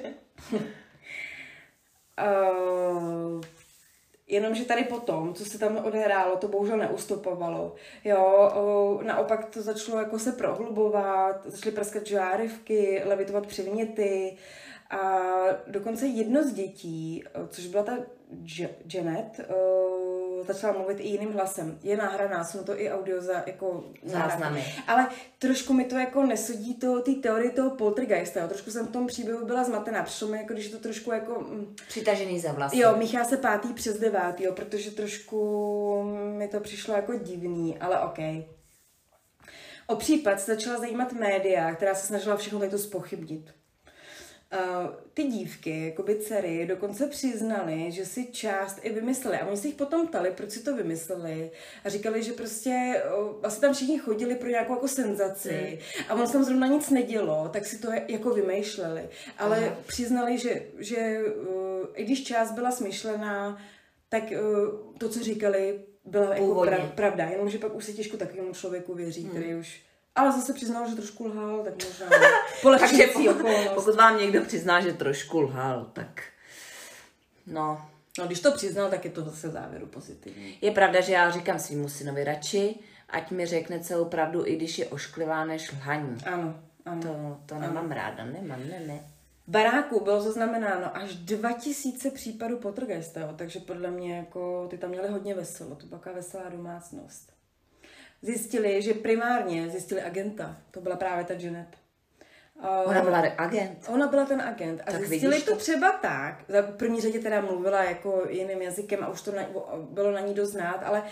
uh, Jenomže tady potom, co se tam odehrálo, to bohužel neustupovalo. Jo, uh, naopak to začalo jako se prohlubovat, začaly praskat žárivky, levitovat předměty a dokonce jedno z dětí, což byla ta Janet, uh, začala mluvit i jiným hlasem. Je nahraná, jsou to i audio za jako záznamy. Ale trošku mi to jako nesedí to, ty teorie toho poltergeista. Jo. Trošku jsem v tom příběhu byla zmatená. Přišlo mi, jako, když je to trošku jako... Mm, přitažený za vlasy. Jo, míchá se pátý přes devátý, jo, protože trošku mi to přišlo jako divný, ale OK. O případ se začala zajímat média, která se snažila všechno tady to zpochybnit. Uh, ty dívky, jakoby dcery, dokonce přiznali, že si část i vymysleli. A oni se jich potom ptali, proč si to vymysleli. A říkali, že prostě uh, asi tam všichni chodili pro nějakou jako senzaci. Mm. A ono se tam zrovna nic nedělo, tak si to jako vymýšleli. Ale Aha. přiznali, že, že uh, i když část byla smyšlená, tak uh, to, co říkali, byla jako pra, pravda. Jenomže pak už si těžko takovému člověku věří, mm. který už... Ale zase přiznal, že trošku lhal, tak možná polehčující okolnost. Pokud vám někdo přizná, že trošku lhal, tak no. No, když to přiznal, tak je to zase v závěru pozitivní. Je pravda, že já říkám svýmu synovi radši, ať mi řekne celou pravdu, i když je ošklivá než lhaní. Ano, ano. To, to ano. nemám ráda, nemám, ne, ne. V baráku bylo zaznamenáno až dva tisíce případů poltergeista, takže podle mě jako ty tam měli hodně veselo, to byla taková veselá domácnost. Zjistili, že primárně zjistili agenta. To byla právě ta Janet. Ona byla agent. Ona byla ten agent. A tak zjistili to, to třeba tak. Za první řadě teda mluvila jako jiným jazykem a už to na, bylo na ní dost znát, ale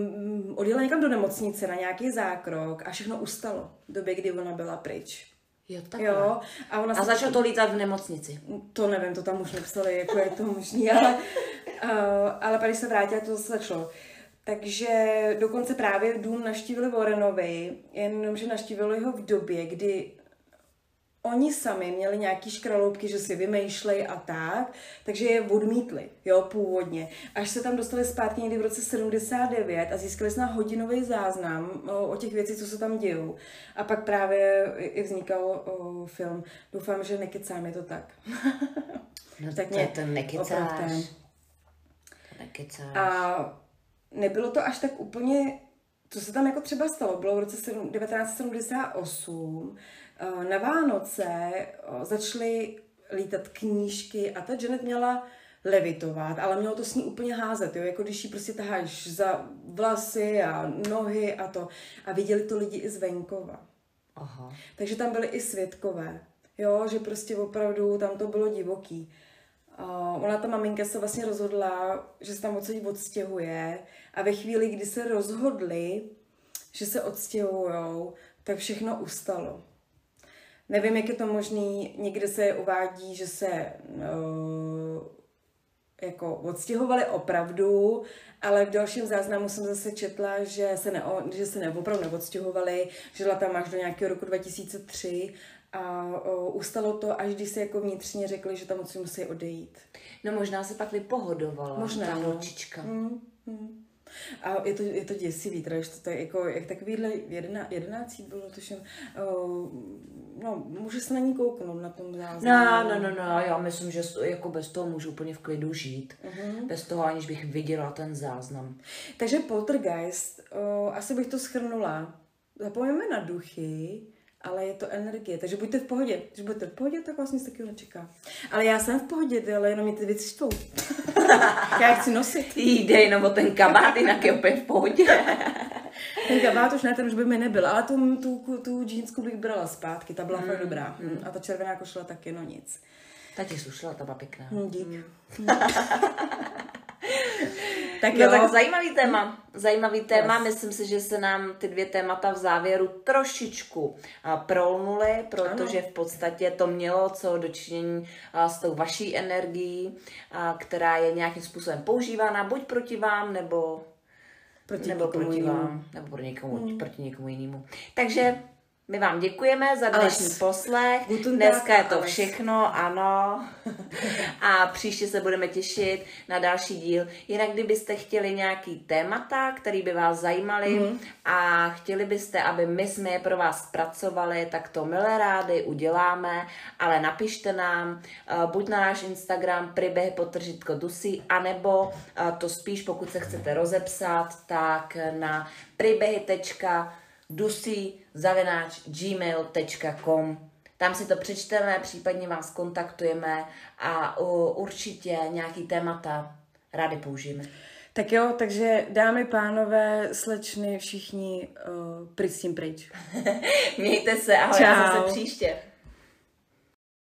odjela někam do nemocnice na nějaký zákrok a všechno ustalo v době, kdy ona byla pryč. Jo, takhle. Jo, a ona a začalo to lítat v nemocnici. To nevím, to tam už nepsali, jako je to možný, ale, uh, ale pak když se vrátila, to zase začalo. Takže dokonce právě dům navštívili Warrenovi, jenomže navštívili ho v době, kdy oni sami měli nějaký škraloupky, že si vymýšlej a tak, takže je odmítli, jo, původně. Až se tam dostali zpátky někdy v roce sedmdesát devět a získali jsme hodinový záznam o, o těch věcích, co se tam dějou. A pak právě i vznikal o, film. Doufám, že nekecám, je to tak. No tak mě to nekecáš. Nekecáš. A nebylo to až tak úplně, co se tam jako třeba stalo, bylo v roce devatenáct sedmdesát osm, na Vánoce začaly lítat knížky a ta Janet měla levitovat, ale mělo to s ní úplně házet, jo? Jako když jí prostě taháš za vlasy a nohy a to. A viděli to lidi i z venkova. Aha. Takže tam byli i svědkové, jo? Že prostě opravdu tam to bylo divoký. Uh, ona, ta maminka, se vlastně rozhodla, že se tam odsud odstěhuje a ve chvíli, kdy se rozhodli, že se odstěhujou, tak všechno ustalo. Nevím, jak je to možný, někde se uvádí, že se uh, jako odstěhovali opravdu, ale v dalším záznamu jsem zase četla, že se, ne, že se ne, opravdu neodstěhovali, žila tam až do nějakého roku dva tisíce tři a uh, ustalo to, až když se jako vnitřně řekli, že tam odsud musí odejít. No možná se pak vypohodovala možná, ta no. holčička. Hmm, hmm. A je to, je to děsivý, teda, že to je jako, jak takovýhle jedená, jedenáctý bylo, tuším, uh, no, může se na ní kouknout na tom záznamu. No, no, no, no, já myslím, že jako bez toho můžu úplně v klidu žít. Uh-huh. Bez toho, aniž bych viděla ten záznam. Takže Poltergeist, uh, asi bych to shrnula. Zapomeňme na duchy, ale je to energie, takže buďte v pohodě. Když budete v pohodě, tak vás nic takového nečeká. Ale já jsem v pohodě, ale jenom mě ty věci štvou. Já chci nosit. Jde jenom o ten kabát, jinak je opět v pohodě. Ten kabát už ne, ten už by mi nebyl, ale tu, tu, tu džínsku bych brala zpátky, ta byla mm, fakt dobrá. Mm. A ta červená košile taky, no nic. Ta ti slušela, ta byla pěkná. Mm, dík. Mm. Tak jo, no, tak zajímavý téma. Zajímavý téma. Yes. Myslím si, že se nám ty dvě témata v závěru trošičku prolnuly, protože ano. v podstatě to mělo co dočinění s tou vaší energií, která je nějakým způsobem používána buď proti vám, nebo proti, nebo proti jinému. vám, nebo proti někomu, hmm. proti někomu jinému. Takže my vám děkujeme za dnešní Ales. poslech. Dneska je to Ales. všechno, ano. A příště se budeme těšit na další díl. Jinak, kdybyste chtěli nějaký témata, který by vás zajímaly mm. a chtěli byste, aby my jsme je pro vás zpracovali, tak to milé rády uděláme, ale napište nám uh, buď na náš Instagram príbehy podtržítko dusí, anebo uh, to spíš, pokud se chcete rozepsat, tak na príbehy tečka dusí zavináč gmail tečka com. Tam si to přečteme, případně vás kontaktujeme a uh, určitě nějaký témata rádi použijeme. Tak jo, takže dámy, pánové, slečny, všichni uh, pryč s tím pryč. Mějte se, ahoj, zase příště.